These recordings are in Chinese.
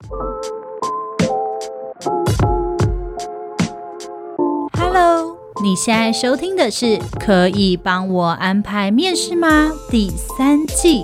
Hello， 你现在收听的是《可以帮我安排面试吗》第3季。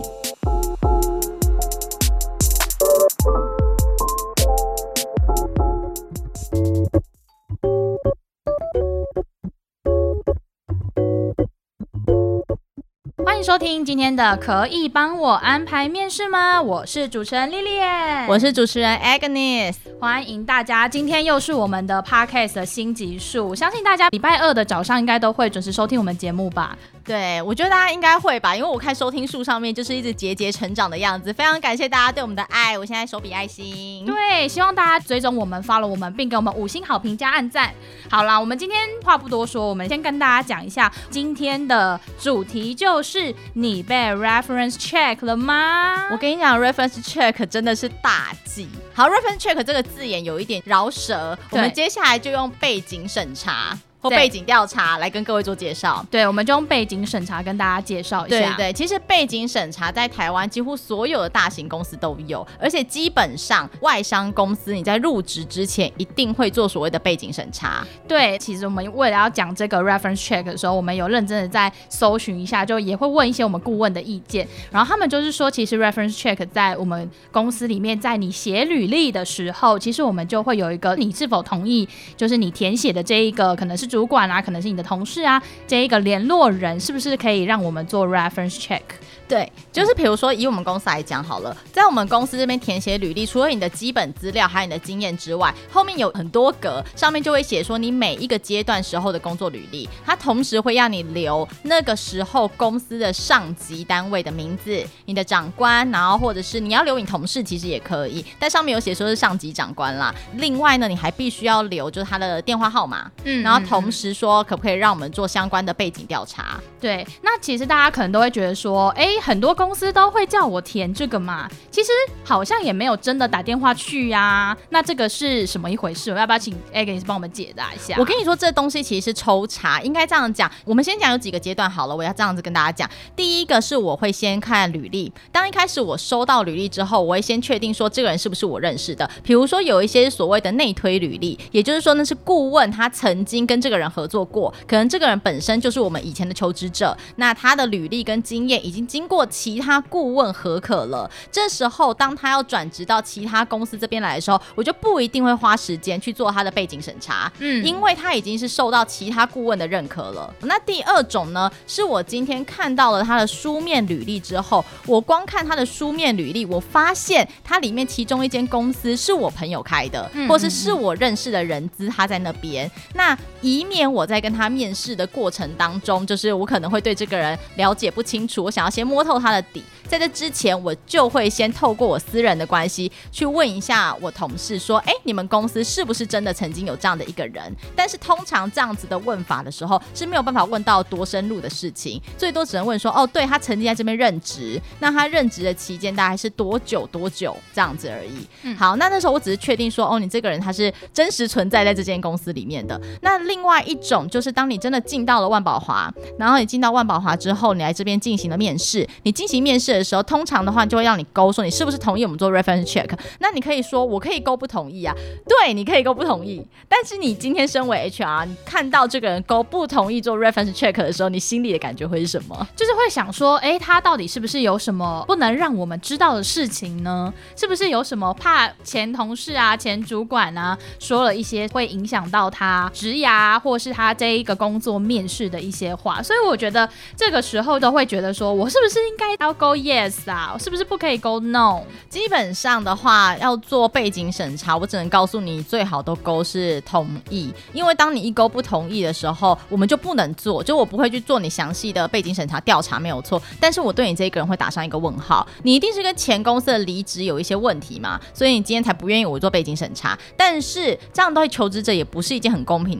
欢迎收听今天的可以帮我安排面试吗？我是主持人莉莉耶， 我是主持人 Agnes， 欢迎大家，今天又是我们的 Podcast 的新集数，相信大家礼拜二的早上应该都会准时收听我们节目吧。 对，我觉得大家应该会吧，因为我看收听数上面就是一直节节成长的样子，非常感谢大家对我们的爱，我现在手比爱心。 对，希望大家追踪我们 follow 我们，并给我们5星好评加按赞。好啦，我们今天话不多说，我们先跟大家讲一下今天的主题，就是你被 reference check 了吗？ 我跟你讲 reference check 真的是大忌。好， reference check 这个字眼有一点饶舌，我们接下来就用背景审查或背景调查来跟各位做介绍。 对，我们就用背景审查跟大家介绍一下。 对对，其实背景审查在台湾几乎所有的大型公司都有，而且基本上外商公司你在入职之前一定会做所谓的背景审查。 对，其实我们为了要讲这个 reference check 的时候，我们有认真的在搜寻一下，就也会问一些我们顾问的意见，然后他们就是说，其实 reference check 在我们公司里面，在你写履历的时候，其实我们就会有一个你是否同意，就是你填写的这一个可能是主管啊，可能是你的同事啊，这一个联络人是不是可以让我们做 reference check？ 对，就是比如说以我们公司来讲好了，在我们公司这边填写履历，除了你的基本资料还有你的经验之外，后面有很多格，上面就会写说你每一个阶段时候的工作履历，它同时会让你留那个时候公司的上级单位的名字，你的长官，然后或者是你要留你同事其实也可以，但上面有写说是上级长官啦。另外呢，你还必须要留就是他的电话号码，然后同时说可不可以让我们做相关的背景调查。 对，那其实大家可能都会觉得说，很多公司都会叫我填这个嘛，其实好像也没有真的打电话去啊，那这个是什么一回事？我要不要请 Agnes 帮我们解答一下？ 我跟你说，这东西其实是抽查，应该这样讲。我们先讲有几个阶段好了，我要这样子跟大家讲。第一个是我会先看履历，当一开始我收到履历之后，我会先确定说这个人是不是我认识的。比如说有一些所谓的内推履历，也就是说那是顾问他曾经跟这个人合作过，可能这个人本身就是我们以前的求职者，那他的履历跟经验已经经过其他顾问核可了，这时候当他要转职到其他公司这边来的时候，我就不一定会花时间去做他的背景审查，因为他已经是受到其他顾问的认可了。那第二种呢，是我今天看到了他的书面履历之后，我光看他的书面履历，我发现他里面其中一间公司是我朋友开的，或是我认识的人资他在那边，那以免我在跟他面试的过程当中，就是我可能会对这个人了解不清楚，我想要先摸透他的底，在这之前我就会先透过我私人的关系去问一下我同事说，你们公司是不是真的曾经有这样的一个人？但是通常这样子的问法的时候是没有办法问到多深入的事情，最多只能问说，对，他曾经在这边任职，那他任职的期间大概是多久这样子而已。好，那时候我只是确定说，你这个人他是真实存在在这间公司里面的。那另外一种就是当你真的进到了万宝华，然后你进到万宝华之后，你来这边进行了面试，你进行面试的时候，通常的话就会让你勾说你是不是同意我们做 reference check。 那你可以说我可以勾不同意啊，对，你可以勾不同意，但是你今天身为 HR， 你看到这个人勾不同意做 reference check 的时候，你心里的感觉会是什么？ 就是会想说，他到底是不是有什么不能让我们知道的事情呢？是不是有什么怕前同事啊、前主管啊说了一些会影响到他职涯或是他这一个工作面试的一些话？所以我觉得这个时候都会觉得说，我是不是应该要勾 yes 啊？我是不是不可以勾 no？ 基本上的话，要做背景审查，我只能告诉你，最好都勾是同意，因为当你一勾不同意的时候，我们就不能做，就我不会去做你详细的背景审查调查，没有错，但是我对你这个人会打上一个问号，你一定是跟前公司的离职有一些问题嘛，所以你今天才不愿意我做背景审查。但是这样对求职者也不是一件很公平的事情，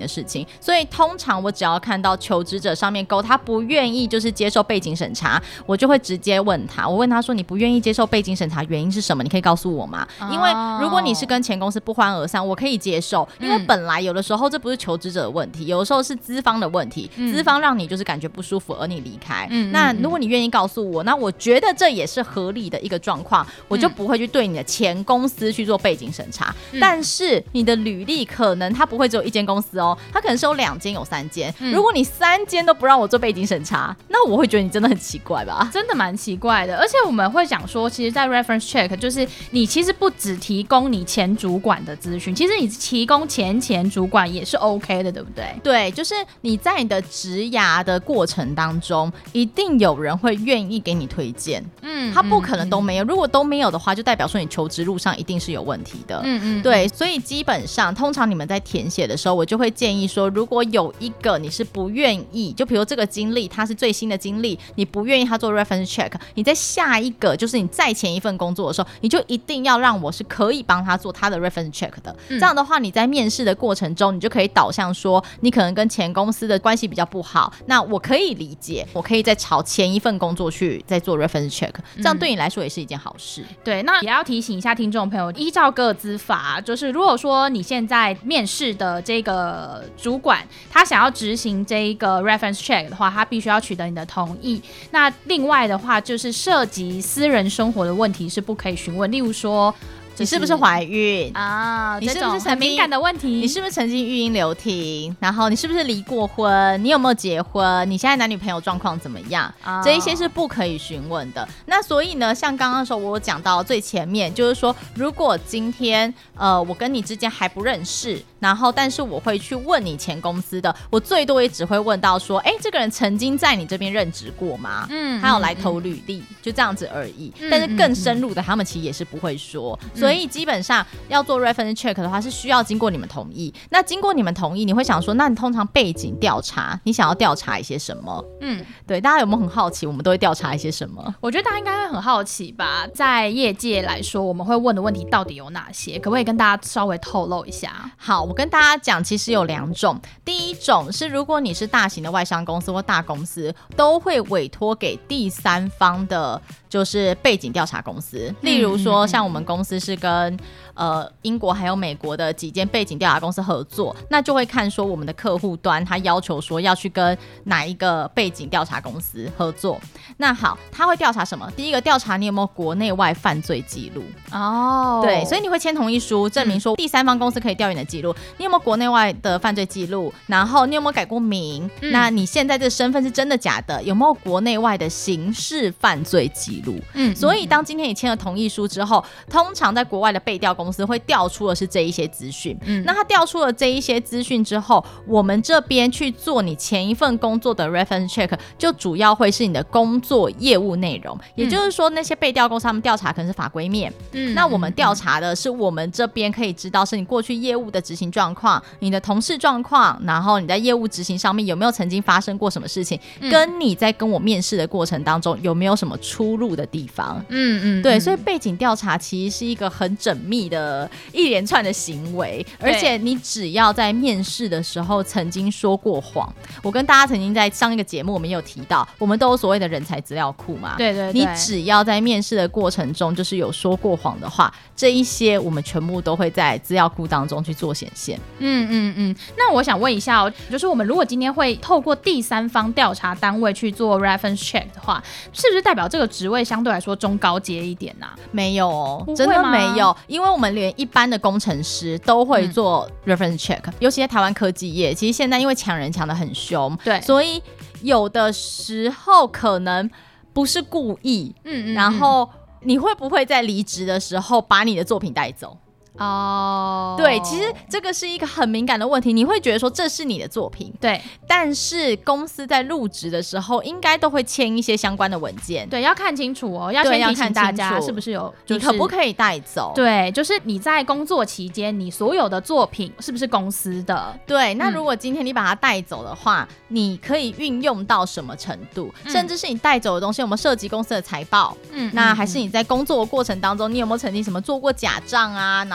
情。所以通常我只要看到求职者上面勾他不愿意就是接受背景审查，我就会直接问他，我问他说你不愿意接受背景审查原因是什么？你可以告诉我吗？因为如果你是跟前公司不欢而散，我可以接受，因为本来有的时候这不是求职者的问题，有的时候是资方的问题，资方让你就是感觉不舒服而你离开。那如果你愿意告诉我，那我觉得这也是合理的一个状况，我就不会去对你的前公司去做背景审查。但是你的履历可能它不会只有一间公司哦，它可能是有2间有3间。如果你3间都不让我做背景审查，那我会觉得你真的很奇怪吧？ 真的蛮奇怪的。而且我们会讲说，其实在 reference check 就是你其实不只提供你前主管的资讯，其实你提供前主管也是 OK 的，对不对？ 对，就是你在你的职涯的过程当中，一定有人会愿意给你推荐。他不可能都没有。如果都没有的话，就代表说你求职路上一定是有问题的。对，所以基本上通常你们在填写的时候，我就会建议说，如果有一个你是不愿意，就比如这个经历它是最新的经历，你不愿意他做 reference check， 你在下一个就是你在前一份工作的时候，你就一定要让我是可以帮他做他的 reference check 的。这样的话，你在面试的过程中，你就可以导向说，你可能跟前公司的关系比较不好，那我可以理解，我可以再朝前一份工作去再做 reference check， 这样对你来说也是一件好事。 对，那也要提醒一下听众朋友，依照个资法，就是如果说你现在面试的这个主管他想要执行这个 reference check 的话，他必须要取得你的同意。那另外的话，就是涉及私人生活的问题是不可以询问，例如说你是不是怀孕啊？ 你是不是很敏感的问题？ 你是不是曾经育婴留停？然后你是不是离过婚？你有没有结婚？你现在男女朋友状况怎么样？这一些是不可以询问的。那所以呢，像刚刚的时候我有讲到最前面，就是说，如果今天我跟你之间还不认识，然后但是我会去问你前公司的，我最多也只会问到说，这个人曾经在你这边任职过吗？他有来投履历，就这样子而已。但是更深入的，他们其实也是不会说。所以基本上要做 reference check 的话，是需要经过你们同意。那经过你们同意，你会想说，那你通常背景调查，你想要调查一些什么？对，大家有没有很好奇，我们都会调查一些什么？ 我觉得大家应该会很好奇吧。在业界来说，我们会问的问题到底有哪些？可不可以跟大家稍微透露一下？ 好，我跟大家讲，其实有2种。第一种是，如果你是大型的外商公司或大公司，都会委托给第三方的，就是背景调查公司。例如说，像我们公司是跟英国还有美国的几间背景调查公司合作，那就会看说我们的客户端他要求说要去跟哪一个背景调查公司合作。那好，他会调查什么？第一个调查你有没有国内外犯罪记录。对，所以你会签同意书，证明说第三方公司可以调你的记录，你有没有国内外的犯罪记录，然后你有没有改过名，那你现在这身份是真的假的，有没有国内外的刑事犯罪记录。所以当今天你签了同意书之后，通常在国外的被调公司会调出的是这一些资讯。那他调出了这一些资讯之后，我们这边去做你前一份工作的 reference check， 就主要会是你的工作业务内容。也就是说，那些被调公司他们调查可能是法规面，那我们调查的是我们这边可以知道是你过去业务的执行状况，你的同事状况，然后你在业务执行上面有没有曾经发生过什么事情，跟你在跟我面试的过程当中有没有什么出入的地方。对，所以背景调查其实是一个很缜密的一连串的行为，而且你只要在面试的时候曾经说过谎，我跟大家曾经在上一个节目我们也有提到，我们都有所谓的人才资料库嘛。 对， 你只要在面试的过程中就是有说过谎的话，这一些我们全部都会在资料库当中去做显现。 那我想问一下就是我们如果今天会透过第三方调查单位去做 reference check 的话，是不是代表这个职位相对来说中高阶一点啊？ 没有哦，真的没有，因为我们连一般的工程师都会做 reference check，尤其在台湾科技业，其实现在因为抢人抢得很凶， 对， 所以有的时候可能不是故意，然后你会不会在离职的时候把你的作品带走？对，其实这个是一个很敏感的问题，你会觉得说这是你的作品， 对， 但是公司在入职的时候应该都会签一些相关的文件， 对，要看清楚要先提醒大家是不是有， 你可不可以带走？ 对，就是你在工作期间你所有的作品是不是公司的？ 对，那如果今天你把它带走的话，你可以运用到什么程度？甚至是你带走的东西有没有涉及公司的财报？那还是你在工作的过程当中，你有没有曾经什么做过假账啊？然后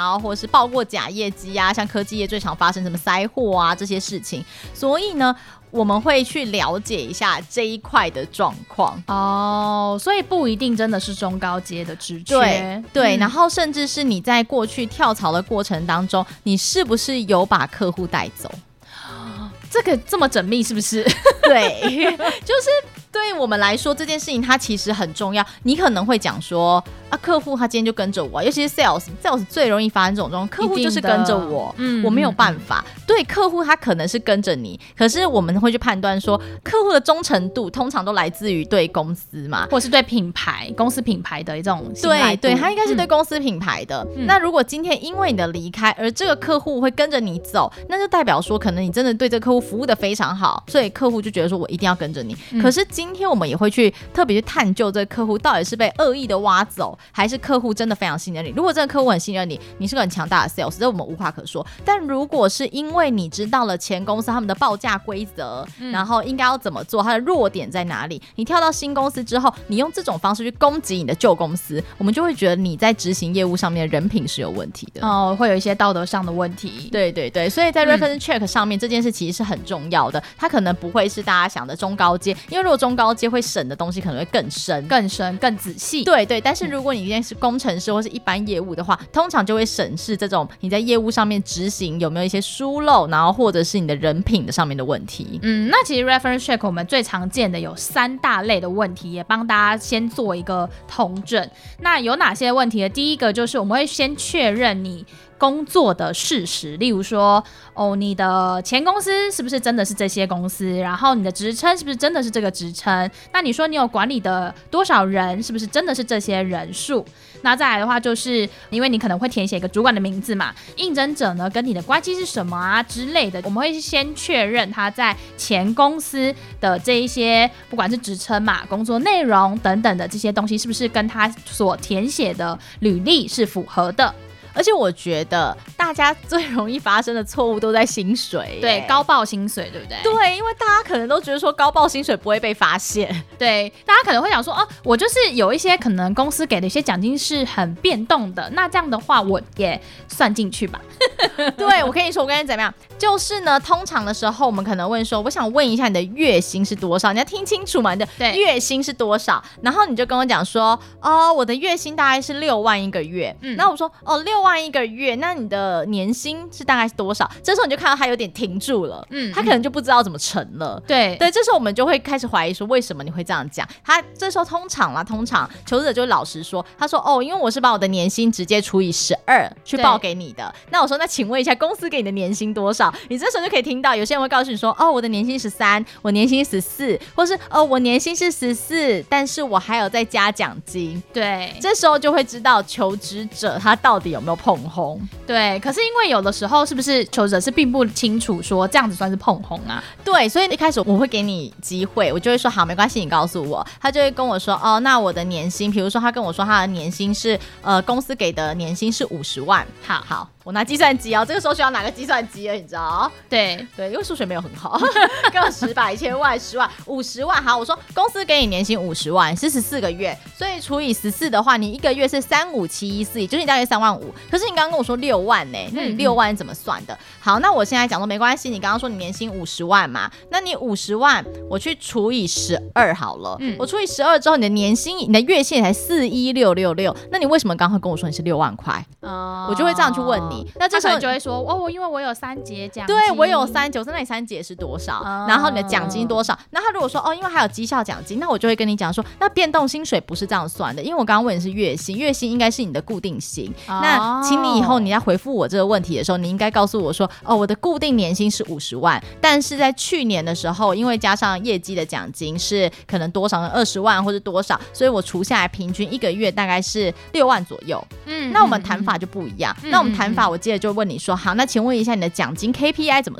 然后或是报过假业绩啊，像科技业最常发生什么塞货啊这些事情，所以呢我们会去了解一下这一块的状况哦，所以不一定真的是中高阶的职缺， 对，然后甚至是你在过去跳槽的过程当中，你是不是有把客户带走？ 这个这么缜密是不是？ 对，就是对我们来说这件事情它其实很重要。你可能会讲说啊，客户他今天就跟着我，尤其是 sales 最容易发生这种状况，客户就是跟着我，我没有办法。对，客户他可能是跟着你，可是我们会去判断说，客户的忠诚度通常都来自于对公司嘛， 或是对品牌、公司品牌的一种信赖度。 对，他应该是对公司品牌的。那如果今天因为你的离开，而这个客户会跟着你走，那就代表说，可能你真的对这个客户服务的非常好，所以客户就觉得说我一定要跟着你。可是今天我们也会去特别去探究这个客户到底是被恶意的挖走，还是客户真的非常信任你。如果这个客户很信任你，你是个很强大的 sales， 这我们无话可说。但如果是因为你知道了前公司他们的报价规则，然后应该要怎么做，它的弱点在哪里，你跳到新公司之后，你用这种方式去攻击你的旧公司，我们就会觉得你在执行业务上面的人品是有问题的哦，会有一些道德上的问题。 对对对，所以在 reference check 上面，这件事其实是很重要的。它可能不会是大家想的中高阶，因为如果中高阶会审的东西可能会更深、 更仔细。 对对，但是如果你今天是工程师或是一般业务的话，通常就会审视这种你在业务上面执行有没有一些疏漏，然后或者是你的人品的上面的问题。 那其实 reference check 我们最常见的有3大类的问题，也帮大家先做一个统整。那有哪些问题呢？第一个就是我们会先确认你工作的事实，例如说你的前公司是不是真的是这些公司，然后你的职称是不是真的是这个职称，那你说你有管理的多少人，是不是真的是这些人数。那再来的话，就是因为你可能会填写一个主管的名字嘛，应征者呢跟你的关系是什么啊之类的，我们会先确认他在前公司的这一些不管是职称嘛、工作内容等等的这些东西，是不是跟他所填写的履历是符合的。 而且我觉得大家最容易发生的错误都在薪水， 对，高报薪水，对不对？ 对，因为大家可能都觉得说高报薪水不会被发现， 对，大家可能会想说我就是有一些可能公司给的一些奖金是很变动的，那这样的话我也算进去吧。 对，我跟你说，我跟你怎么样，就是呢，通常的时候我们可能问说，我想问一下你的月薪是多少，你要听清楚嘛，你的月薪是多少，然后你就跟我讲说，我的月薪大概是6万一个月，那我说6万一个月，那你的年薪是大概是多少？这时候你就看到他有点停住了，他可能就不知道怎么乘了。对，这时候我们就会开始怀疑说，为什么你会这样讲？他这时候通常求职者就会老实说，他说因为我是把我的年薪直接除以12去报给你的。那我说，那请问一下，公司给你的年薪多少？你这时候就可以听到有些人会告诉你说，我的年薪13，我年薪14，或是我年薪是14，但是我还有再加奖金。对，这时候就会知道求职者他到底有没有碰红。 对，可是因为有的时候是不是求职者是并不清楚说这样子算是碰红啊？ 对，所以一开始我会给你机会，我就会说好，没关系，你告诉我。他就会跟我说那我的年薪，比如说他跟我说他的年薪是公司给的年薪是50万。好，我拿计算机这个时候需要拿个计算机了，你知道？对，因为数学没有很好，个10百千万10万50万。好，我说公司给你年薪50万是14个月，所以除以14的话，你一个月是35714，也就是你大概3万5。可是你刚刚跟我说6万呢，那你6万怎么算的？好，那我现在讲说没关系，你刚刚说你年薪50万嘛，那你50万我去除以12好了，我除以12之后，你的年薪你的月薪才41666，那你为什么刚刚跟我说你是6万块？我就会这样去问你。那这时候就会说因为我有3节奖金， 对，我有3节，那你3节是多少？然后你的奖金多少？那他如果说因为还有绩效奖金，那我就会跟你讲说，那变动薪水不是这样算的，因为我刚刚问的是月薪，月薪应该是你的固定薪。那请你以后你在回复我这个问题的时候，你应该告诉我说，我的固定年薪是50万，但是在去年的时候，因为加上业绩的奖金是可能多少20万或者多少，所以我除下来平均一个月大概是6万左右。那我们谈法就不一样。那我们谈法，我接着就问你说，好，那请问一下你的奖金 KPI 怎么算？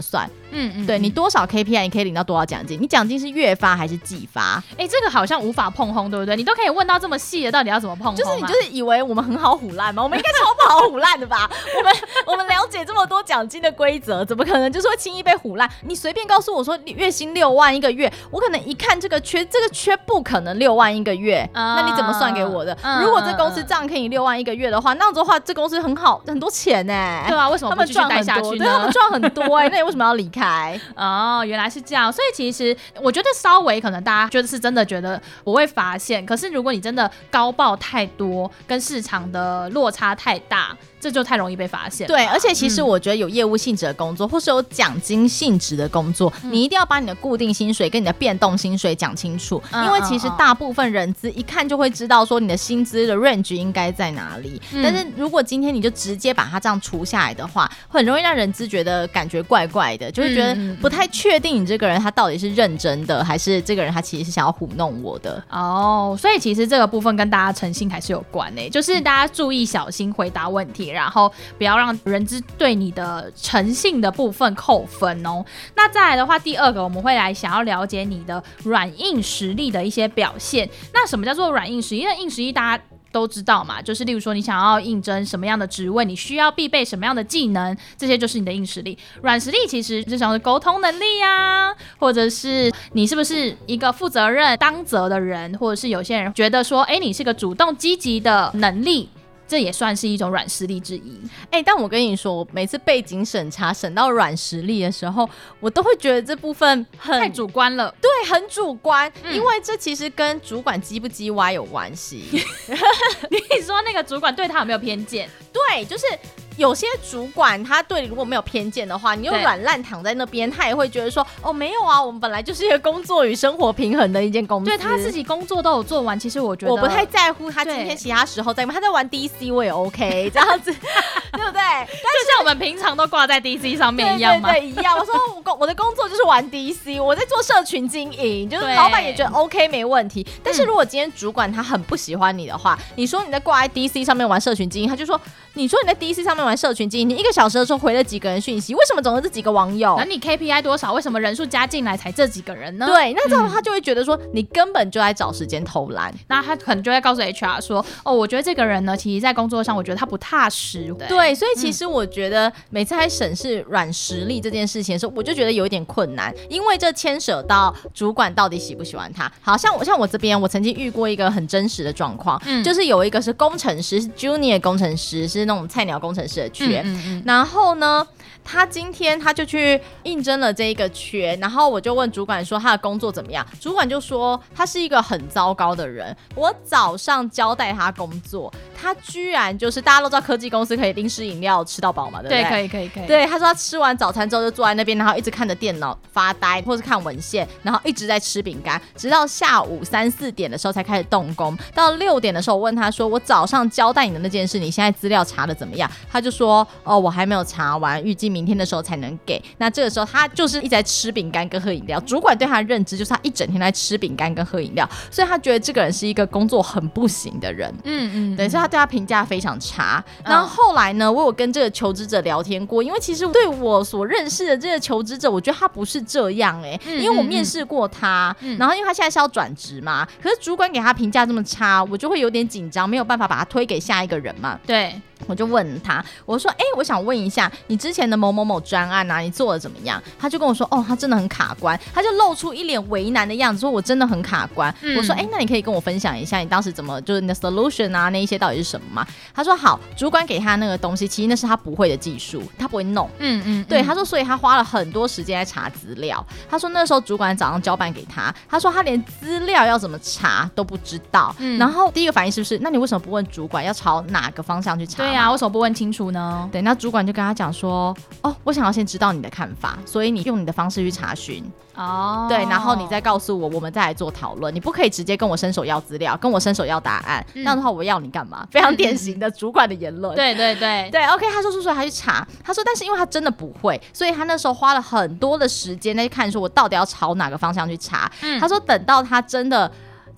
对，你多少 KPI 你可以领到多少奖金，你奖金是月发还是季发？ 这个好像无法碰轰，对不对？你都可以问到这么细的，到底要怎么碰轰？ 就是你就是以为我们很好唬烂吗？我们应该超不好唬烂的吧？我们了解这么多奖金的规则，怎么可能就是会轻易被唬烂？你随便告诉我说月薪6万一个月，我可能一看这个缺不可能6万一个月，那你怎么算给我的？如果这公司这样可以6万一个月的话，那样子的话，这公司很好，很多钱呢。 对啊，为什么不继续待下去呢？ 对，他们赚很多那你为什么要离开？ 原来是这样。所以其实我觉得稍微可能大家就是真的觉得不会发现，可是如果你真的高报太多，跟市场的落差太大，这就太容易被发现。 对，而且其实我觉得有业务性质的工作，或是有奖金性质的工作，你一定要把你的固定薪水跟你的变动薪水讲清楚，因为其实大部分人资一看就会知道说你的薪资的 range 应该在哪里。但是如果今天你就直接把它这样除下来的话，会很容易让人资觉得感觉怪怪的，就会觉得不太确定你这个人他到底是认真的，还是这个人他其实是想要糊弄我的。 所以其实这个部分跟大家诚信还是有关就是大家注意小心回答问题，然后不要让人资对你的诚信的部分扣分哦。那再来的话，第二个我们会来想要了解你的软硬实力的一些表现。那什么叫做软硬实力？那硬实力大家都知道嘛，就是例如说你想要应征什么样的职位，你需要必备什么样的技能，这些就是你的硬实力。软实力其实就像是沟通能力啊，或者是你是不是一个负责任当责的人，或者是有些人觉得说你是个主动积极的能力，这也算是一种软实力之一。 但我跟你说，我每次背景审查审到软实力的时候，我都会觉得这部分太主观了。 对，很主观，因为这其实跟主管鸡不鸡歪有关系。 你说那个主管对他有没有偏见？ 对，就是有些主管他对你如果没有偏见的话，你又软烂躺在那边，他也会觉得说没有啊，我们本来就是一个工作与生活平衡的一间公司。 对，他自己工作都有做完，其实我觉得我不太在乎他今天其他时候在他在玩 DC 我也 OK 这样子。对不对？但是就像我们平常都挂在 DC 上面一样吗？ 对，一样。我说我的工作就是玩 DC， 我在做社群经营，就是老板也觉得 OK 没问题。但是如果今天主管他很不喜欢你的话，你说你在挂在 DC 上面玩社群经营，他就说你说你在 DC 上面玩社群经营，你1个小时的时候回了几个人讯息，为什么总是这几个网友？ 那你 KPI 多少？为什么人数加进来才这几个人呢？ 对，那这样他就会觉得说你根本就在找时间偷懒。 那他可能就会告诉 HR 说我觉得这个人呢，其实在工作上我觉得他不踏实。 对，所以其实我觉得每次在审视软实力这件事情的时候，我就觉得有一点困难，因为这牵涉到主管到底喜不喜欢他。好像我这边我曾经遇过一个很真实的状况，就是有一个是工程师，是 Junior 工程师，是那种菜鸟工程师的缺，然后呢他今天他就去应征了这一个缺，然后我就问主管说他的工作怎么样，主管就说他是一个很糟糕的人。我早上交代他工作，他居然就是大家都知道科技公司可以零食饮料吃到饱嘛，对不对？ 对，可以。 对，他说他吃完早餐之后就坐在那边，然后一直看着电脑发呆，或是看文献，然后一直在吃饼干，直到下午3、4点的时候才开始动工。到6点的时候，我问他说：“我早上交代你的那件事，你现在资料查的怎么样？”他就说：“我还没有查完，预计明天的时候才能给。”那这个时候他就是一直在吃饼干跟喝饮料。主管对他的认知就是他一整天在吃饼干跟喝饮料，所以他觉得这个人是一个工作很不行的人。对，所以他对他评价非常差。然后后来呢，我有跟这个求职者聊天过，因为其实对我所认识的这个求职者，我觉得他不是这样因为我面试过他，然后因为他现在是要转职嘛，可是主管给他评价这么差，我就会有点紧张，没有办法把他推给下一个人嘛。 对， 我就问他，我说我想问一下你之前的某某某专案啊，你做的怎么样？他就跟我说他真的很卡关，他就露出一脸为难的样子，说我真的很卡关。我说那你可以跟我分享一下你当时怎么就是你的 solution 啊那一些到底是什么吗？他说好，主管给他那个东西其实那是他不会的技术，他不会弄。对，他说所以他花了很多时间在查资料。他说那时候主管早上交办给他，他说他连资料要怎么查都不知道。然后第一个反应是不是那你为什么不问主管要朝哪个方向去查？ 对啊，为什么不问清楚呢？ 对，那主管就跟他讲说我想要先知道你的看法，所以你用你的方式去查询。对，然后你再告诉我，我们再来做讨论。你不可以直接跟我伸手要资料，跟我伸手要答案，那样的话我要你干嘛？非常典型的主管的言论。 对 OK， 他说他去查，他说但是因为他真的不会，所以他那时候花了很多的时间在看说我到底要朝哪个方向去查。他说等到他真的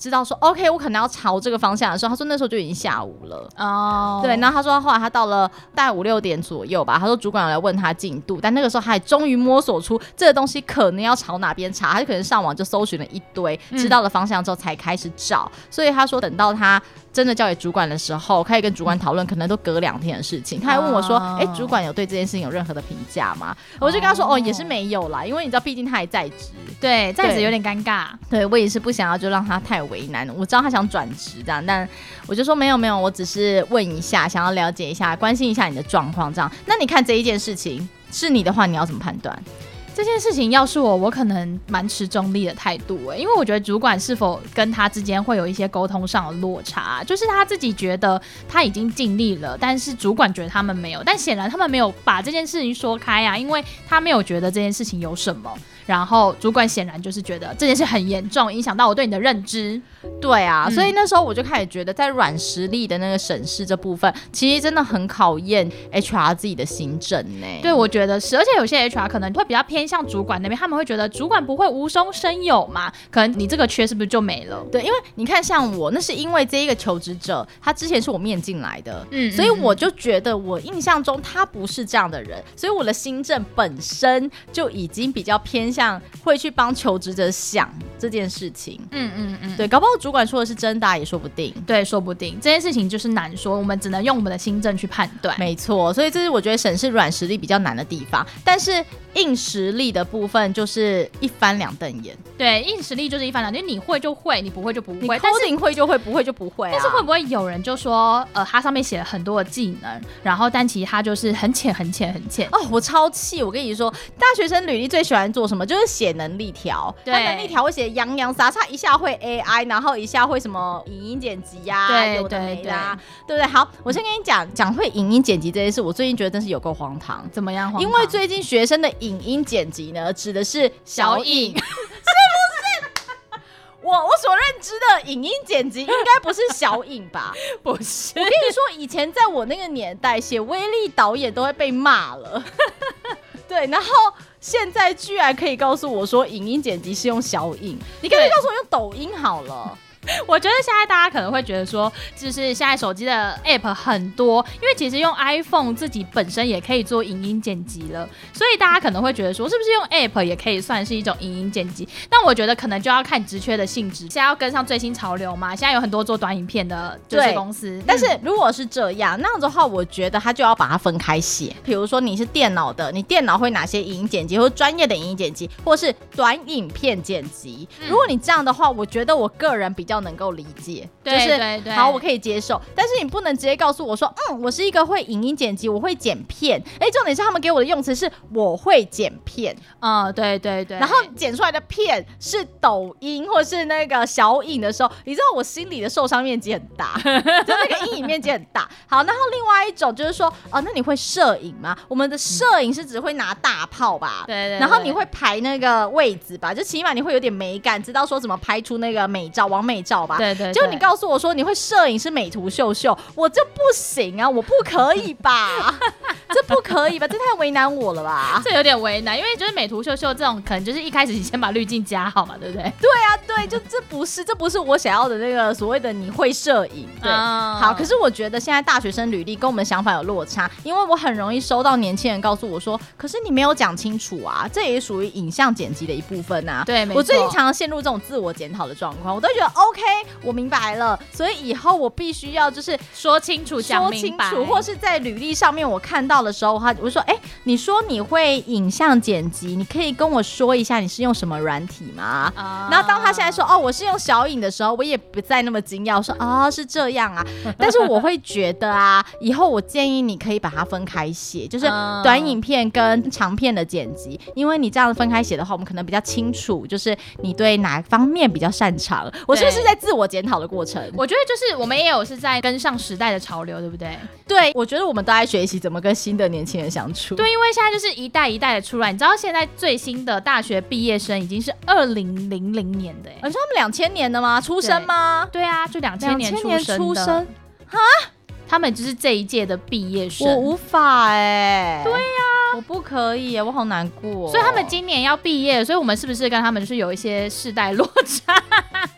知道说 OK 我可能要朝这个方向的时候，他说那时候就已经下午了哦。 对，然后他说后来他到了大概5、6点左右吧，他说主管有来问他进度，但那个时候他也终于摸索出这个东西可能要朝哪边查，他就可能上网就搜寻了一堆，知道了方向之后才开始找，所以他说等到他真的交给主管的时候，可以跟主管讨论，可能都隔2天的事情。他还问我说主管有对这件事情有任何的评价吗？我就跟他说也是没有啦，因为你知道毕竟他还在职， 对，在职有点尴尬。 对，我也是不想要就让他太为难，我知道他想转职这样，但我就说没有，我只是问一下，想要了解一下，关心一下你的状况这样。那你看这一件事情是你的话，你要怎么判断？ 这件事情要是我可能蛮持中立的态度因为我觉得主管是否跟他之间会有一些沟通上的落差，就是他自己觉得他已经尽力了，但是主管觉得他们没有，但显然他们没有把这件事情说开因为他没有觉得这件事情有什么，然后主管显然就是觉得这件事很严重，影响到我对你的认知。 对啊，所以那时候我就开始觉得在软实力的那个审视这部分其实真的很考验 HR 自己的行政对，我觉得是，而且有些 HR 可能会比较偏向主管那边，他们会觉得主管不会无中生有嘛，可能你这个缺是不是就没了？ 对，因为你看像我，那是因为这一个求职者他之前是我面进来的，所以我就觉得我印象中他不是这样的人，所以我的心政本身就已经比较偏向会去帮求职者想这件事情。对，搞不好主管说的是真的也说不定。 对，说不定这件事情就是难说，我们只能用我们的心政去判断。 没错，所以这是我觉得审视软实力比较难的地方，但是硬实力的部分就是一翻两瞪眼。 对，硬实力就是一翻两瞪眼，你会就会，你不会就不会。 你 coding 会就会，不会就不会但是会不会有人就说他上面写了很多的技能，然后但其实他就是很浅我超气。我跟你说，大学生履历最喜欢做什么？就是写能力条。他能力条会写洋洋洒洒，一下会 AI， 然后一下会什么影音剪辑有的没的对不对？好，我先跟你讲会影音剪辑这件事，我最近觉得真是有够荒唐。 怎么样荒唐？ 因为最近学生的影音剪辑呢，指的是小影，是不是？我所认知的影音剪辑应该不是小影吧？ 不是。 我跟你说，以前在我那个年代，写威力导演都会被骂了。对，然后现在居然可以告诉我说影音剪辑是用小影，你可以告诉我用抖音好了。 我觉得现在大家可能会觉得说，就是现在手机的 app 很多，因为其实用 iPhone 自己本身也可以做影音剪辑了，所以大家可能会觉得说，是不是用 app 也可以算是一种影音剪辑？但我觉得可能就要看职缺的性质，现在要跟上最新潮流嘛。现在有很多做短影片的就是公司， 但是如果是这样，那样子的话，我觉得他就要把它分开写。比如说你是电脑的，你电脑会哪些影音剪辑，或者专业的影音剪辑，或是短影片剪辑。如果你这样的话，我觉得我个人比较能够理解， 对， 好，我可以接受。但是你不能直接告诉我说，我是一个会影音剪辑，我会剪片。重点是他们给我的用词是我会剪片， 对， 然后剪出来的片是抖音或是那个小影的时候，你知道我心里的受伤面积很大，就那个阴影面积很大。好，然后另外一种就是说，那你会摄影吗？我们的摄影是只会拿大炮吧？ 对， 然后你会排那个位置吧？就起码你会有点美感，知道说怎么拍出那个美照、完美照吧？ 对， 就你告诉我说你会摄影是美图秀秀，我就不行啊，我不可以吧？这不可以吧？这太为难我了吧？ 这有点为难，因为就是美图秀秀这种，可能就是一开始你先把滤镜加好嘛，对不对？ 对啊，对，就这不是我想要的那个所谓的你会摄影。对，好，可是我觉得现在大学生履历跟我们的想法有落差，因为我很容易收到年轻人告诉我说，可是你没有讲清楚啊，这也属于影像剪辑的一部分啊。 对，没错。 我最近常常陷入这种自我检讨的状况，我都觉得 OK， 我明白了，所以以后我必须要就是说清楚、讲明白， 或是在履历上面我看到的时候，我就说，你说你会影像剪辑，你可以跟我说一下你是用什么软体吗？然后当他现在说我是用小影的时候，我也不再那么惊讶，我说是这样啊。但是我会觉得以后我建议你可以把它分开写，就是短影片跟长片的剪辑，因为你这样分开写的话，我们可能比较清楚，就是你对哪方面比较擅长。我是不是在自我检讨的过程？ 我觉得就是我们也有是在跟上时代的潮流，对不对？ 对，我觉得我们都在学习怎么跟新的年轻人相处。 对，因为现在就是一代一代的出来，你知道现在最新的大学毕业生已经是2000年的你说他们2000年的吗？出生吗？ 对啊，就2000年出生哈， 他们就是这一届的毕业生。 我无法对啊， 我不可以我好难过。 所以他们今年要毕业，所以我们是不是跟他们就是有一些世代落差？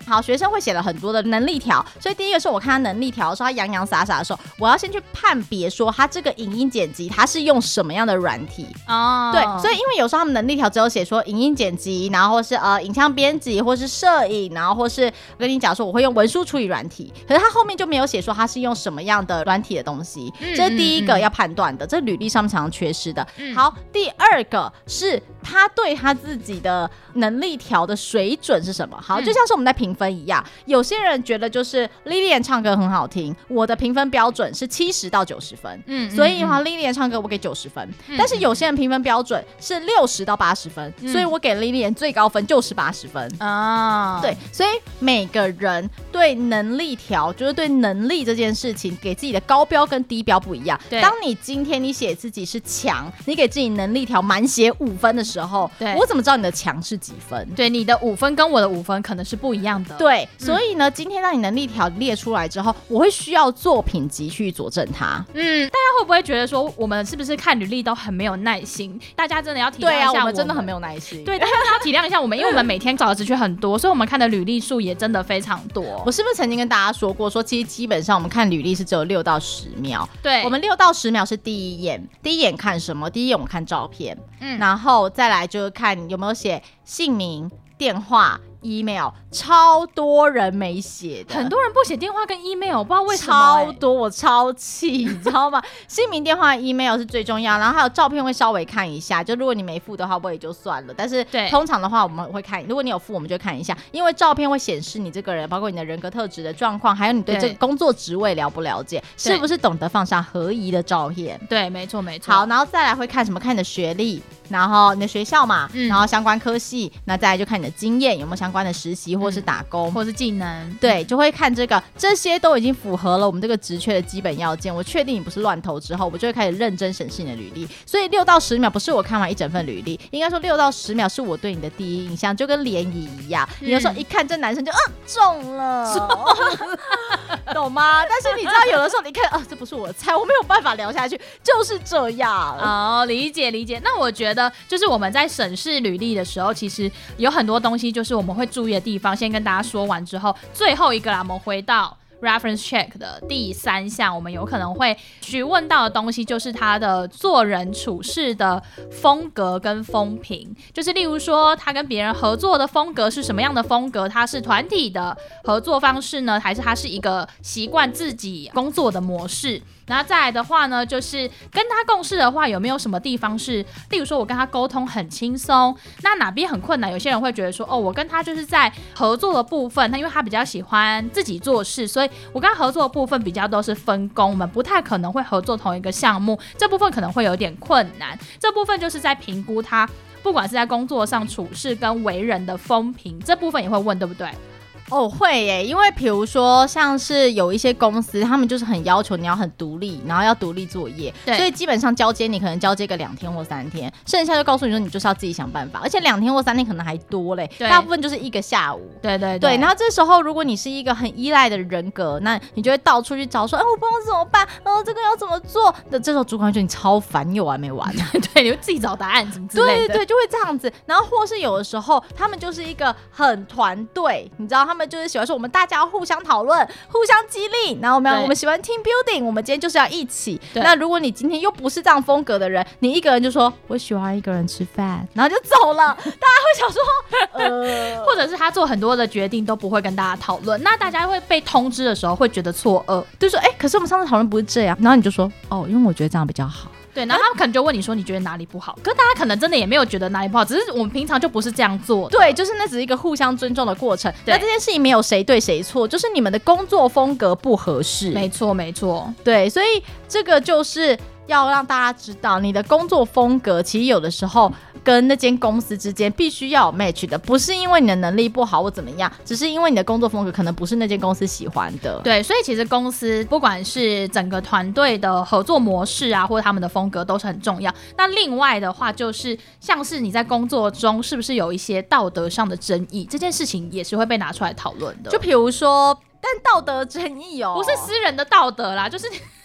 好，学生会写了很多的能力条，所以第一个是我看他能力条的时候，他洋洋洒洒的时候，我要先去判别说他这个影音剪辑他是用什么样的软体哦。对，所以因为有时候他们能力条只有写说影音剪辑，然后或是影像编辑，或是摄影，然后或是我跟你讲说我会用文书处理软体，可是他后面就没有写说他是用什么样的软体的东西，这是第一个要判断的，这履历上面常常缺失的。好，第二个是他对他自己的能力条的水准是什么？好，就像是我们在评分一样，有些人觉得就是 Lilian 唱歌很好听，我的评分标准是70到90分，所以的话 Lilian 唱歌我给90分，但是有些人评分标准是60到80分，所以我给 Lilian 最高分就是80分啊。对，所以每个人对能力条，就是对能力这件事情，给自己的高标跟低标不一样。当你今天你写自己是强，你给自己能力条满写5分的时候，我怎么知道你的强是几分？ 对，你的5分跟我的5分可能是不一样的。 对，所以呢，今天让你能力条列出来之后，我会需要作品集去佐证它。 大家会不会觉得说，我们是不是看履历都很没有耐心？大家真的要体谅一下我们真的很没有耐心。 对，大家要体谅一下我们，因为我们每天找的职缺很多，所以我们看的履历数也真的非常多。 我是不是曾经跟大家说过，说其实基本上我们看履历是只有6到10秒。 对， 我们6到10秒是第一眼，第一眼看什么？第一眼我们看照片，然后再来就是看有没有写姓名、电话、email， 超多人没写的， 很多人不写电话跟 email， 我不知道为什么超多，我超气，你知道吗？姓名、电话、email 是最重要，然后还有照片会稍微看一下，就如果你没附的话，我也就算了。但是通常的话，我们会看，如果你有附，我们就看一下，因为照片会显示你这个人，包括你的人格特质的状况，还有你对这个工作职位了不了解，是不是懂得放上合宜的照片。 对，没错没错。 好，然后再来会看什么？看你的学历，然后你的学校嘛，然后相关科系，那再来就看你的经验有没有相关的实习或是打工， 或是技能。 对，就会看这个，这些都已经符合了我们这个职缺的基本要件。我确定你不是乱投之后，我就会开始认真审视你的履历。所以6到10秒不是我看完一整份履历，应该说6到10秒是我对你的第一印象，就跟联谊一样。你有时候一看这男生就中了，懂吗？但是你知道有的时候你看这不是我的菜，我没有办法聊下去，就是这样。 哦，理解理解。那我觉得就是我们在审视履历的时候，其实有很多东西就是我们会注意的地方，先跟大家说完之后，最后一个啦，我们回到reference check 的第3项，我们有可能会询问到的东西就是他的做人处事的风格跟风评，就是例如说他跟别人合作的风格是什么样的风格，他是团体的合作方式呢，还是他是一个习惯自己工作的模式。然后再来的话呢，就是跟他共事的话，有没有什么地方是，例如说我跟他沟通很轻松，那哪边很困难？有些人会觉得说，我跟他就是在合作的部分，他因为他比较喜欢自己做事，所以我跟他合作的部分比较都是分工，我们不太可能会合作同一个项目，这部分可能会有点困难。这部分就是在评估他不管是在工作上处事跟为人的风评，这部分也会问，对不对？ 会耶，因为比如说像是有一些公司，他们就是很要求你要很独立，然后要独立作业，所以基本上交接你可能交接个2天或3天，剩下就告诉你说你就是要自己想办法，而且2天或3天可能还多嘞，大部分就是1个下午。对，然后这时候如果你是一个很依赖的人格，那你就会到处去找说，我不知道怎么办，这个要怎么做的，这时候主管就觉得你超烦，有完没完对，你会自己找答案什么之类的。 对，就会这样子。然后或是有的时候他们就是一个很团队，你知道他们就是喜欢说我们大家要互相讨论、互相激励，然后我们喜欢 team building， 我们今天就是要一起。那如果你今天又不是这样风格的人，你一个人就说我喜欢一个人吃饭，然后就走了，大家会想说或者是他做很多的决定都不会跟大家讨论，那大家会被通知的时候会觉得错愕， 就说可是我们上次讨论不是这样，然后你就说因为我觉得这样比较好。 对，然后他们可能就问你说你觉得哪里不好，可是大家可能真的也没有觉得哪里不好，只是我们平常就不是这样做的。 对，就是那只是一个互相尊重的过程。那这件事情没有谁对谁错，就是你们的工作风格不合适。 没错没错。 对，所以这个就是要让大家知道，你的工作风格其实有的时候跟那间公司之间必须要有 match 的，不是因为你的能力不好或怎么样，只是因为你的工作风格可能不是那间公司喜欢的。 对，所以其实公司不管是整个团队的合作模式啊，或者他们的风格都是很重要。那另外的话，就是像是你在工作中是不是有一些道德上的争议，这件事情也是会被拿出来讨论的。 就比如说，但道德争议不是私人的道德啦，就是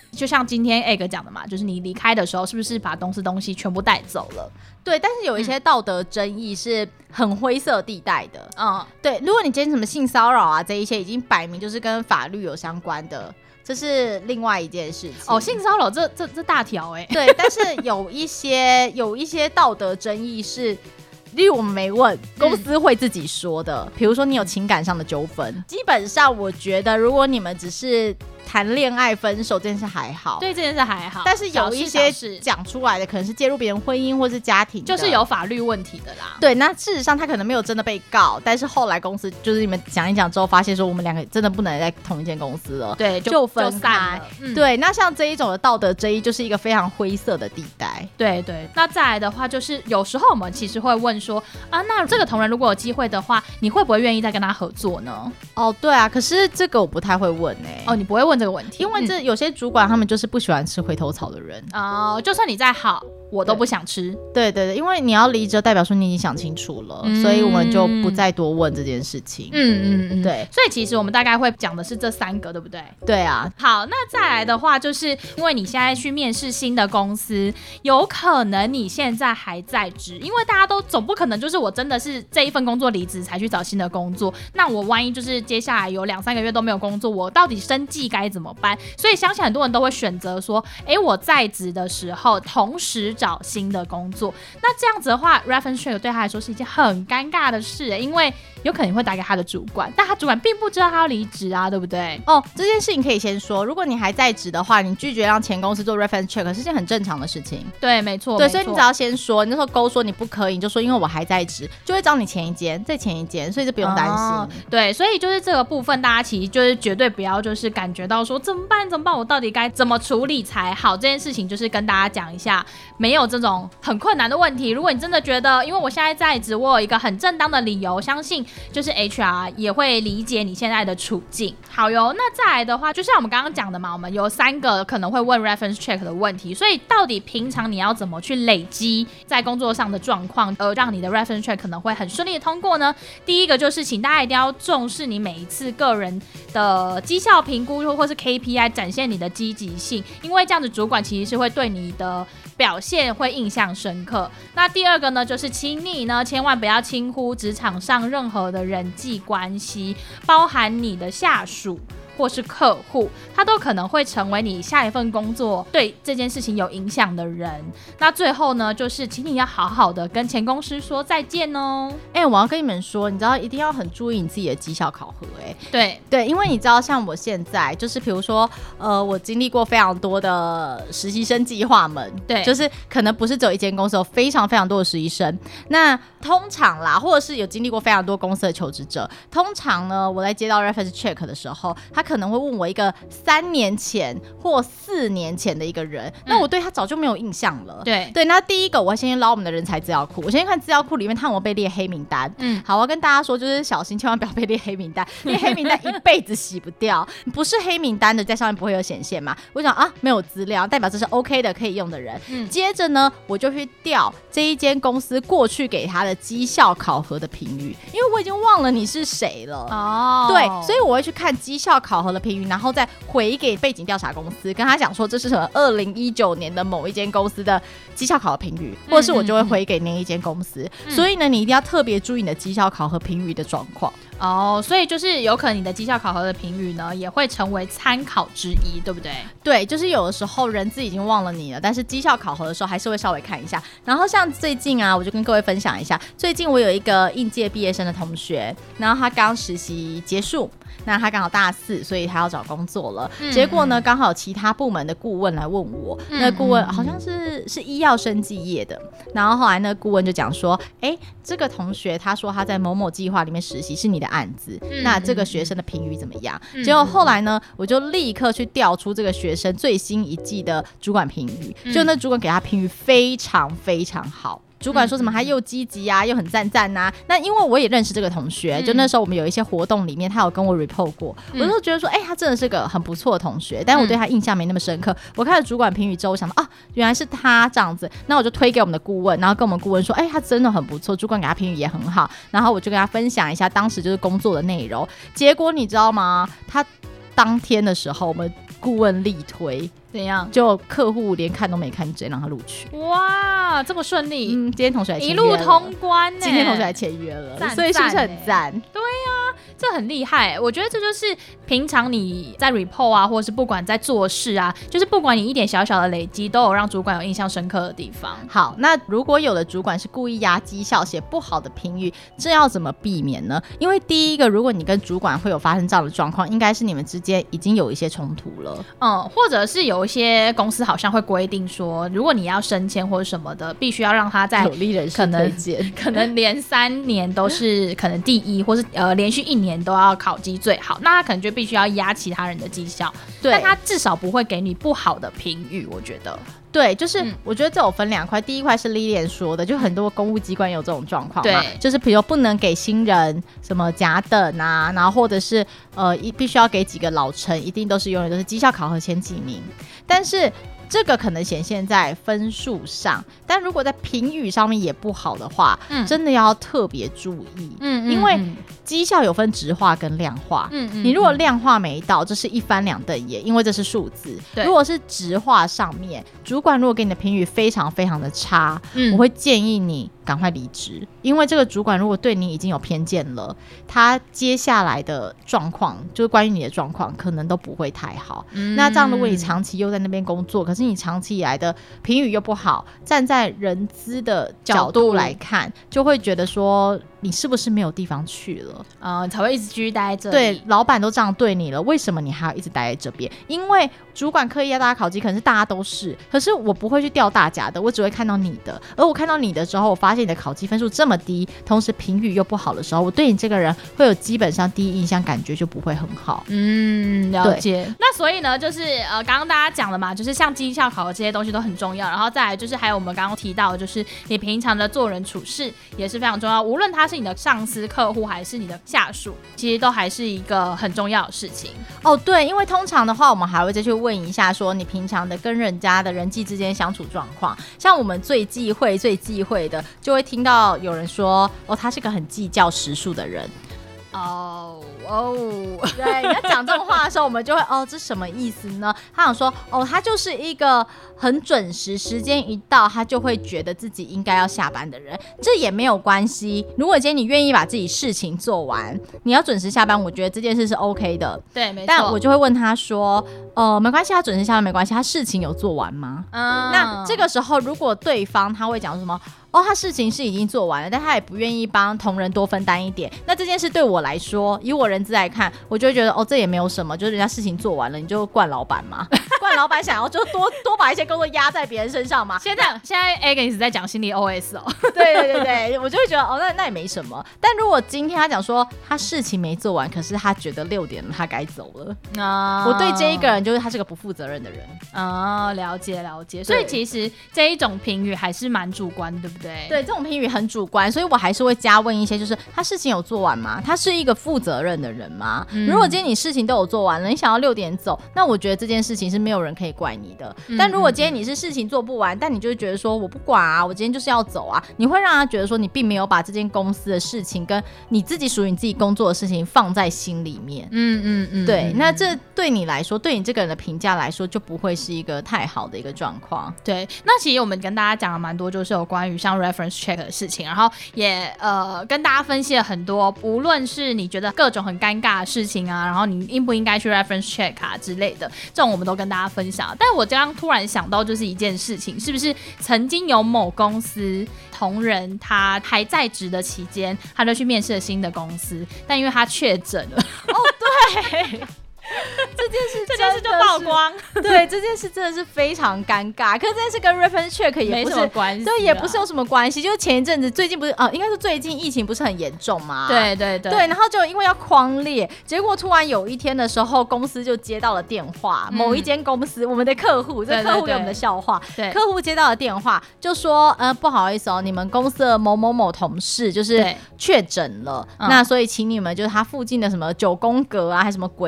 就像今天 Egg 讲的嘛，就是你离开的时候是不是把东西全部带走了？ 对，但是有一些道德争议是很灰色地带的。对，如果你今天什么性骚扰啊这一些已经摆明就是跟法律有相关的，这是另外一件事情。 性骚扰这大条对，但是有一些道德争议是例如我们没问，公司会自己说的，比如说你有情感上的纠纷，基本上我觉得如果你们只是谈恋爱分手这件事还好， 对，这件事还好， 但是有一些讲出来的可能是介入别人婚姻或是家庭的， 就是有法律问题的啦。 对，那事实上他可能没有真的被告，但是后来公司就是你们讲一讲之后发现说我们两个真的不能在同一间公司了， 对， 就分开。对，那像这一种的道德争议就是一个非常灰色的地带。 对对，那再来的话就是有时候我们其实会问说那这个同仁如果有机会的话，你会不会愿意再跟他合作呢？ 对啊，可是这个我不太会问你不会问这个问题， 因为这有些主管他们就是不喜欢吃回头草的人就算你再好我都不想吃。 对对对，因为你要离职代表说你已经想清楚了，所以我们就不再多问这件事情。对， 所以其实我们大概会讲的是这3个，对不对？ 对啊。 好，那再来的话就是因为你现在去面试新的公司，有可能你现在还在职，因为大家都总不可能就是我真的是这一份工作离职才去找新的工作，那我万一就是接下来有2-3个月都没有工作，我到底生计该怎么办？所以相信很多人都会选择说我在职的时候同时找新的工作。那这样子的话 reference check 对他来说是一件很尴尬的事，因为有可能会打给他的主管，但他主管并不知道他要离职啊，对不对？ 这件事情可以先说，如果你还在职的话，你拒绝让前公司做 reference check 是件很正常的事情。 对，没错。 对，所以你只要先说，你那时候勾说你不可以，你就说因为我还在职，就会找你前一间再前一间，所以就不用担心。 对，所以就是这个部分大家其实就是绝对不要就是感觉到说怎么办我到底该怎么处理才好，这件事情就是跟大家讲一下，没有这种很困难的问题。如果你真的觉得因为我现在在职，我有一个很正当的理由，相信就是 HR 也会理解你现在的处境。好哟，那再来的话就像我们刚刚讲的嘛，我们有3个可能会问 reference check 的问题，所以到底平常你要怎么去累积在工作上的状况，让你的 reference check 可能会很顺利的通过呢？第一个就是请大家一定要重视你每一次个人的绩效评估或是 KPI， 展现你的积极性，因为这样子主管其实是会对你的表现会印象深刻。那第二个呢，就是请你呢千万不要轻忽职场上任何的人际关系，包含你的下属或是客户，他都可能会成为你下一份工作对这件事情有影响的人。那最后呢，就是请你要好好的跟前公司说再见哦。 我要跟你们说，你知道一定要很注意你自己的绩效考核。 对， 因为你知道像我现在就是比如说我经历过非常多的实习生计划们，对，就是可能不是只有一间公司，有非常非常多的实习生。那通常啦，或者是有经历过非常多公司的求职者，通常呢我在接到 reference check 的时候，他可能会问我一个3年前或4年前的一个人，那我对他早就没有印象了。对，那第一个我会先捞我们的人才资料库，我先看资料库里面他有没有被列黑名单。好，我要跟大家说，就是小心千万不要被列黑名单，列黑名单一辈子洗不掉。不是黑名单的在上面不会有显现嘛？我想没有资料，代表这是 OK 的可以用的人。接着呢，我就去调这一间公司过去给他的绩效考核的评语，因为我已经忘了你是谁了。对，所以我会去看绩效考核的评语，然后再回给背景调查公司，跟他讲说这是2019年的某一间公司的绩效考核评语，或者是我就会回给那一间公司。所以呢，你一定要特别注意你的绩效考核评语的状况。 所以就是有可能你的绩效考核的评语呢，也会成为参考之一，对不对？ 对，就是有的时候人自己已经忘了你了，但是绩效考核的时候还是会稍微看一下。然后像最近我就跟各位分享一下，最近我有一个应届毕业生的同学，然后他刚实习结束，那他刚好大4，所以他要找工作了。结果呢，刚好有其他部门的顾问来问我，那顾问好像是医药生技业的，然后后来那顾问就讲说，这个同学他说他在某某计划里面实习是你的案子，那这个学生的评语怎么样？结果后来呢，我就立刻去调出这个学生最新一季的主管评语，就那主管给他评语非常非常好。主管说什么他又积极又很赞那因为我也认识这个同学，就那时候我们有一些活动里面他有跟我 report 过，我就觉得说他真的是个很不错的同学，但我对他印象没那么深刻。我看了主管评语之后，我想到原来是他这样子，那我就推给我们的顾问，然后跟我们顾问说他真的很不错，主管给他评语也很好，然后我就跟他分享一下当时就是工作的内容。结果你知道吗，他当天的时候我们顾问力推， 怎样？ 就客户连看都没看，直接让他录取。 哇，这么顺利！ 今天同学还签一约了路通关呢。 今天同学还签约了， 赞所以是不是很赞？ 对啊，这很厉害。我觉得这就是平常你在 report 啊，或者是不管在做事啊，就是不管你一点小小的累积，都有让主管有印象深刻的地方。 好，那如果有的主管是故意压绩效、写不好的评语，这要怎么避免呢？因为第一个，如果你跟主管会有发生这样的状况，应该是你们之间已经有一些冲突了。 或者是有一些公司好像会规定说，如果你要升迁或者什么的，必须要让他在有利人士推荐， 可能连3年都是可能第一，或是连续1年都要考绩最好，那他可能就必须要压其他人的绩效， 对， 但他至少不会给你不好的评语，我觉得。 对，就是我觉得这有分2块，第一块是 Lilian 说的，就很多公务机关有这种状况嘛，就是比如不能给新人什么甲等啊，然后或者是必须要给几个老臣，一定都是永远都是绩效考核前几名，但是这个可能显现在分数上，但如果在评语上面也不好的话，真的要特别注意，因为绩效有分质化跟量化，你如果量化没到，这是一翻2瞪眼，因为这是数字。如果是质化上面，主管如果给你的评语非常非常的差，我会建议你赶快离职，因为这个主管如果对你已经有偏见了，他接下来的状况就是关于你的状况可能都不会太好。那这样如果你长期又在那边工作，可是你长期以来的评语又不好，站在人资的角度来看，就会觉得说你是不是没有地方去了， 才会一直继续待在这里。 对，老板都这样对你了，为什么你还要一直待在这边？因为主管刻意要大家考绩，可能是大家都是，可是我不会去调大家的，我只会看到你的。而我看到你的时候，我发现你的考绩分数这么低，同时评语又不好的时候，我对你这个人会有基本上第一印象感觉就不会很好。 了解。那所以呢，就是刚刚大家讲了嘛，就是像绩效考核这些东西都很重要，然后再来就是还有我们刚刚提到的，就是你平常的做人处事也是非常重要，无论他是你的上司、客户还是你的下属，其实都还是一个很重要的事情。 对，因为通常的话，我们还会再去问一下，说你平常的跟人家的人际之间相处状况。像我们最忌讳的，就会听到有人说，他是个很计较时数的人。对，你要讲这种话的时候，我们就会这什么意思呢？他想说他就是一个很准时，时间一到他就会觉得自己应该要下班的人。这也没有关系，如果今天你愿意把自己事情做完，你要准时下班，我觉得这件事是 OK 的。 对，没错。 但我就会问他说没关系，他准时下班没关系，他事情有做完吗？那这个时候如果对方他会讲什么他事情是已经做完了，但他也不愿意帮同仁多分担一点，那这件事对我来说，以我人资来看，我就会觉得这也没有什么，就是人家事情做完了，你就惯老板嘛惯老板想要就多把一些工作压在别人身上嘛。 现在 Agnes 在讲心理 OS 对，我就会觉得那也没什么。但如果今天他讲说他事情没做完，可是他觉得6点了他该走了，我对这一个人就是他是个不负责任的人。 了解。所以其实这一种评语还是蛮主观，对不对？ 对，这种评语很主观，所以我还是会加问一些，就是他事情有做完吗？他是一个负责任的人吗？如果今天你事情都有做完了，你想要6点走，那我觉得这件事情是没有人可以怪你的。但如果今天你是事情做不完，但你就会觉得说我不管啊，我今天就是要走啊，你会让他觉得说你并没有把这间公司的事情跟你自己属于你自己工作的事情放在心里面。对，那这对你来说，对你这个人的评价来说，就不会是一个太好的一个状况。 对，那其实我们跟大家讲了蛮多，就是有关于像 reference check 的事情，然后也跟大家分析了很多，无论是你觉得各种很尴尬的事情啊，然后你应不应该去 reference check 啊之类的，这种我们都跟大家分享。但我刚刚突然想到，就是一件事情，是不是曾经有某公司同仁他还在职的期间，他就去面试了新的公司，但因为他确诊了， 对。这件事就曝光，对，这件事真的是非常尴尬。可是这件事跟 reference check 也不是没什么关系， 对，也不是有什么关系。就是前一阵子，最近不是应该说最近疫情不是很严重吗？ 对， 然后就因为要匡列，结果突然有一天的时候，公司就接到了电话，某一间公司，我们的客户，这客户给我们的笑话，对，客户接到了电话，就说不好意思你们公司的某某某同事就是确诊了，那所以请你们就是他附近的什么9宫格啊，还是什么鬼的，就是应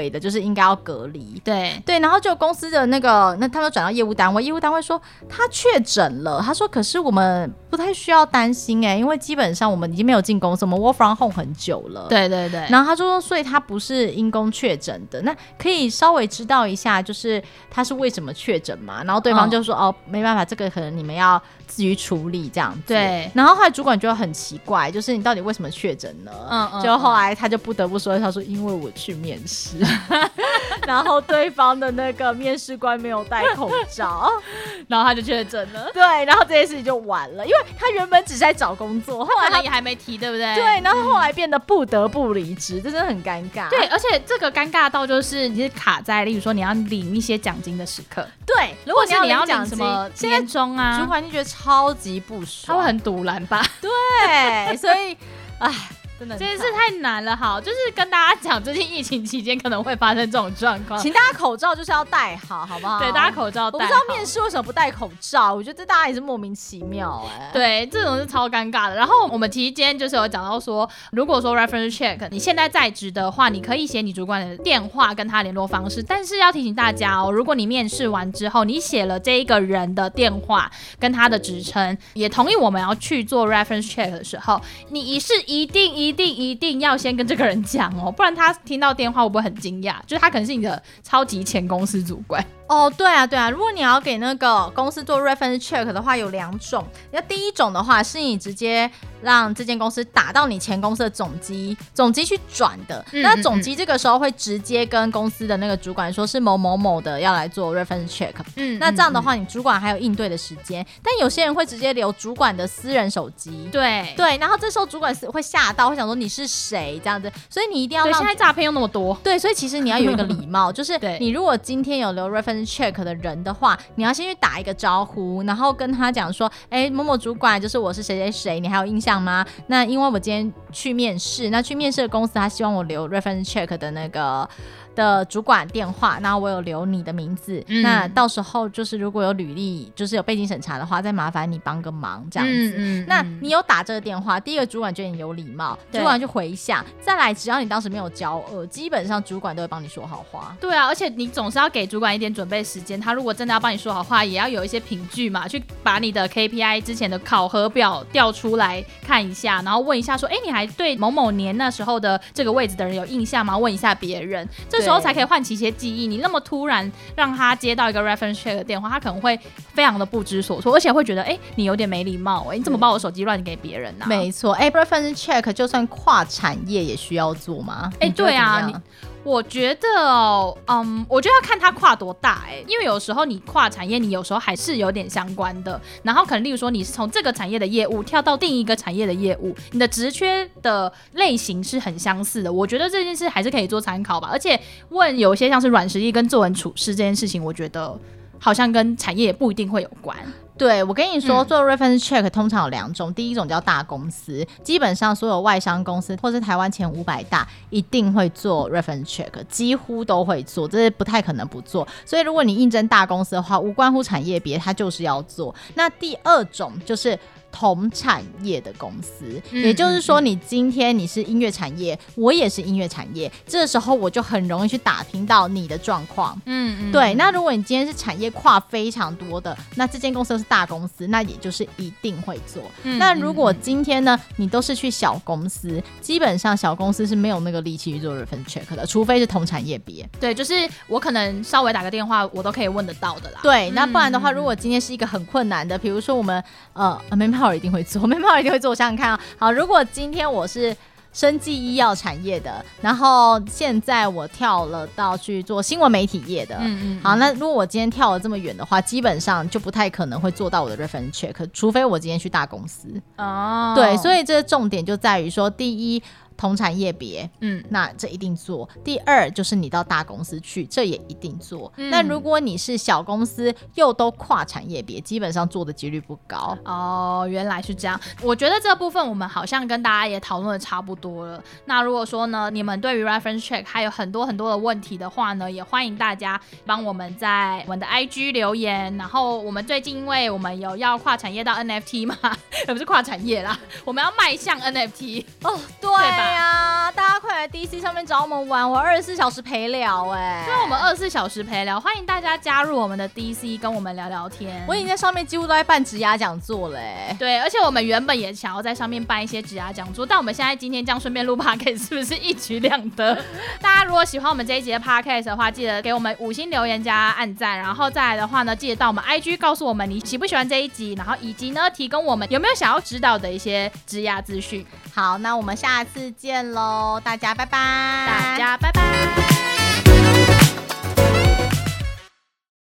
应该要隔离。 对， 然后就公司的那他们转到业务单位，业务单位说他确诊了，他说可是我们不太需要担心因为基本上我们已经没有进公司，我们 work from home 很久了。 对， 然后他说所以他不是因公确诊的，那可以稍微知道一下就是他是为什么确诊嘛？然后对方就说没办法，这个可能你们要自己处理这样子。 对， 然后后来主管觉得很奇怪，就是你到底为什么确诊呢？就后来他就不得不说，他说因为我去面试然后对方的那个面试官没有戴口罩然后他就确诊了。 对，然后这件事情就完了，因为他原本只是在找工作，后来他也还没提，对不对？ 对，然后后来变得不得不离职，这真的很尴尬。 对，而且这个尴尬到就是你是卡在例如说你要领一些奖金的时刻。 对，如果你要领什么年终啊， 主管就觉得超级不爽， 他会很堵拦吧？ 对，所以真的这件事太难了。好，就是跟大家讲，最近疫情期间可能会发生这种状况， 请大家口罩就是要戴好，好不好？ 对，大家口罩戴好。 我不知道面试为什么不戴口罩，我觉得这大家也是莫名其妙对，这种是超尴尬的。然后我们其实今天就是有讲到说，如果说 reference check 你现在在职的话，你可以写你主管的电话跟他联络方式，但是要提醒大家如果你面试完之后，你写了这一个人的电话跟他的职称，也同意我们要去做 reference check 的时候，你是一定要先跟这个人讲不然他听到电话会不会很惊讶？就是他可能是你的超级前公司主管。 对啊，如果你要给那个公司做 reference check 的话，有2种。那第一种的话是你直接让这间公司打到你前公司的总机去转的，那总机这个时候会直接跟公司的那个主管说是某某某的要来做 reference check。那这样的话你主管还有应对的时间。但有些人会直接留主管的私人手机。 对， 然后这时候主管会吓到，会想说你是谁这样子，所以你一定要让。 现在诈骗又那么多。 对，所以其实你要有一个礼貌就是你如果今天有留 reference check 的人的话，你要先去打一个招呼，然后跟他讲说某某主管，就是我是谁谁谁，你还有印象吗？那因为我今天去面试，那去面试的公司他希望我留 reference check 的那个的主管电话，那我有留你的名字，那到时候就是如果有履历，就是有背景审查的话，再麻烦你帮个忙这样子。那你有打这个电话，第一个主管觉得你有礼貌，主管就回想，再来只要你当时没有交恶，基本上主管都会帮你说好话。 对啊，而且你总是要给主管一点准备时间，他如果真的要帮你说好话，也要有一些凭据嘛，去把你的 KPI 之前的考核表调出来看一下，然后问一下说你还对某某年那时候的这个位置的人有印象吗？问一下别人，这时候才可以唤起一些记忆。你那么突然让他接到一个 reference check 的电话，他可能会非常的不知所措，而且会觉得你有点没礼貌你怎么把我手机乱给别人啊？ 没错reference check 就算跨产业也需要做吗？ 对啊，我觉得我觉得要看它跨多大因为有时候你跨产业，你有时候还是有点相关的，然后可能例如说你是从这个产业的业务跳到另一个产业的业务，你的职缺的类型是很相似的，我觉得这件事还是可以做参考吧。而且问有些像是软实力跟做人处事这件事情，我觉得好像跟产业也不一定会有关。 对，我跟你说做 reference check 通常有2种，第一种叫大公司，基本上所有外商公司或是台湾前500大一定会做 reference check， 几乎都会做，这是不太可能不做。所以如果你应征大公司的话，无关乎产业别，它就是要做。那第2种就是同产业的公司，也就是说你今天你是音乐产业，我也是音乐产业，这时候我就很容易去打听到你的状况。对。那如果你今天是产业跨非常多的，那这间公司是大公司，那也就是一定会做。那如果今天呢，你都是去小公司，基本上小公司是没有那个力气去做 reference check 的，除非是同产业别。 对，就是我可能稍微打个电话，我都可以问得到的啦。 对，那不然的话，如果今天是一个很困难的，比如说我们Manpower 一定会做，Manpower 一定会做。我想想看好，如果今天我是生技医药产业的，然后现在我跳了到去做新闻媒体业的，好，那如果我今天跳了这么远的话，基本上就不太可能会做到我的 reference check， 除非我今天去大公司。对，所以这个重点就在于说，第一，同产业别，那这一定做。第2就是你到大公司去，这也一定做。那如果你是小公司又都跨产业别，基本上做的几率不高。 原来是这样。我觉得这部分我们好像跟大家也讨论的差不多了。那如果说呢，你们对于 reference check 还有很多很多的问题的话呢，也欢迎大家帮我们在我们的 IG 留言。然后我们最近因为我们有要跨产业到 NFT 嘛，也不是跨产业啦，我们要迈向 NFT。 对吧？大家快来来 DC 上面找我们玩，我24小时陪聊对，我们24小时陪聊，欢迎大家加入我们的 DC 跟我们聊聊天。 我已经在上面几乎都在办职涯讲座了对，而且我们原本也想要在上面办一些职涯讲座，但我们现在今天这样顺便录 podcast 是不是一举两得？大家如果喜欢我们这一集的 podcast 的话，记得给我们5星留言加按赞，然后再来的话呢，记得到我们 IG 告诉我们你喜不喜欢这一集，然后以及呢提供我们有没有想要知道的一些职涯资讯。 好，那我们下次见喽，大家拜拜， 大家拜拜。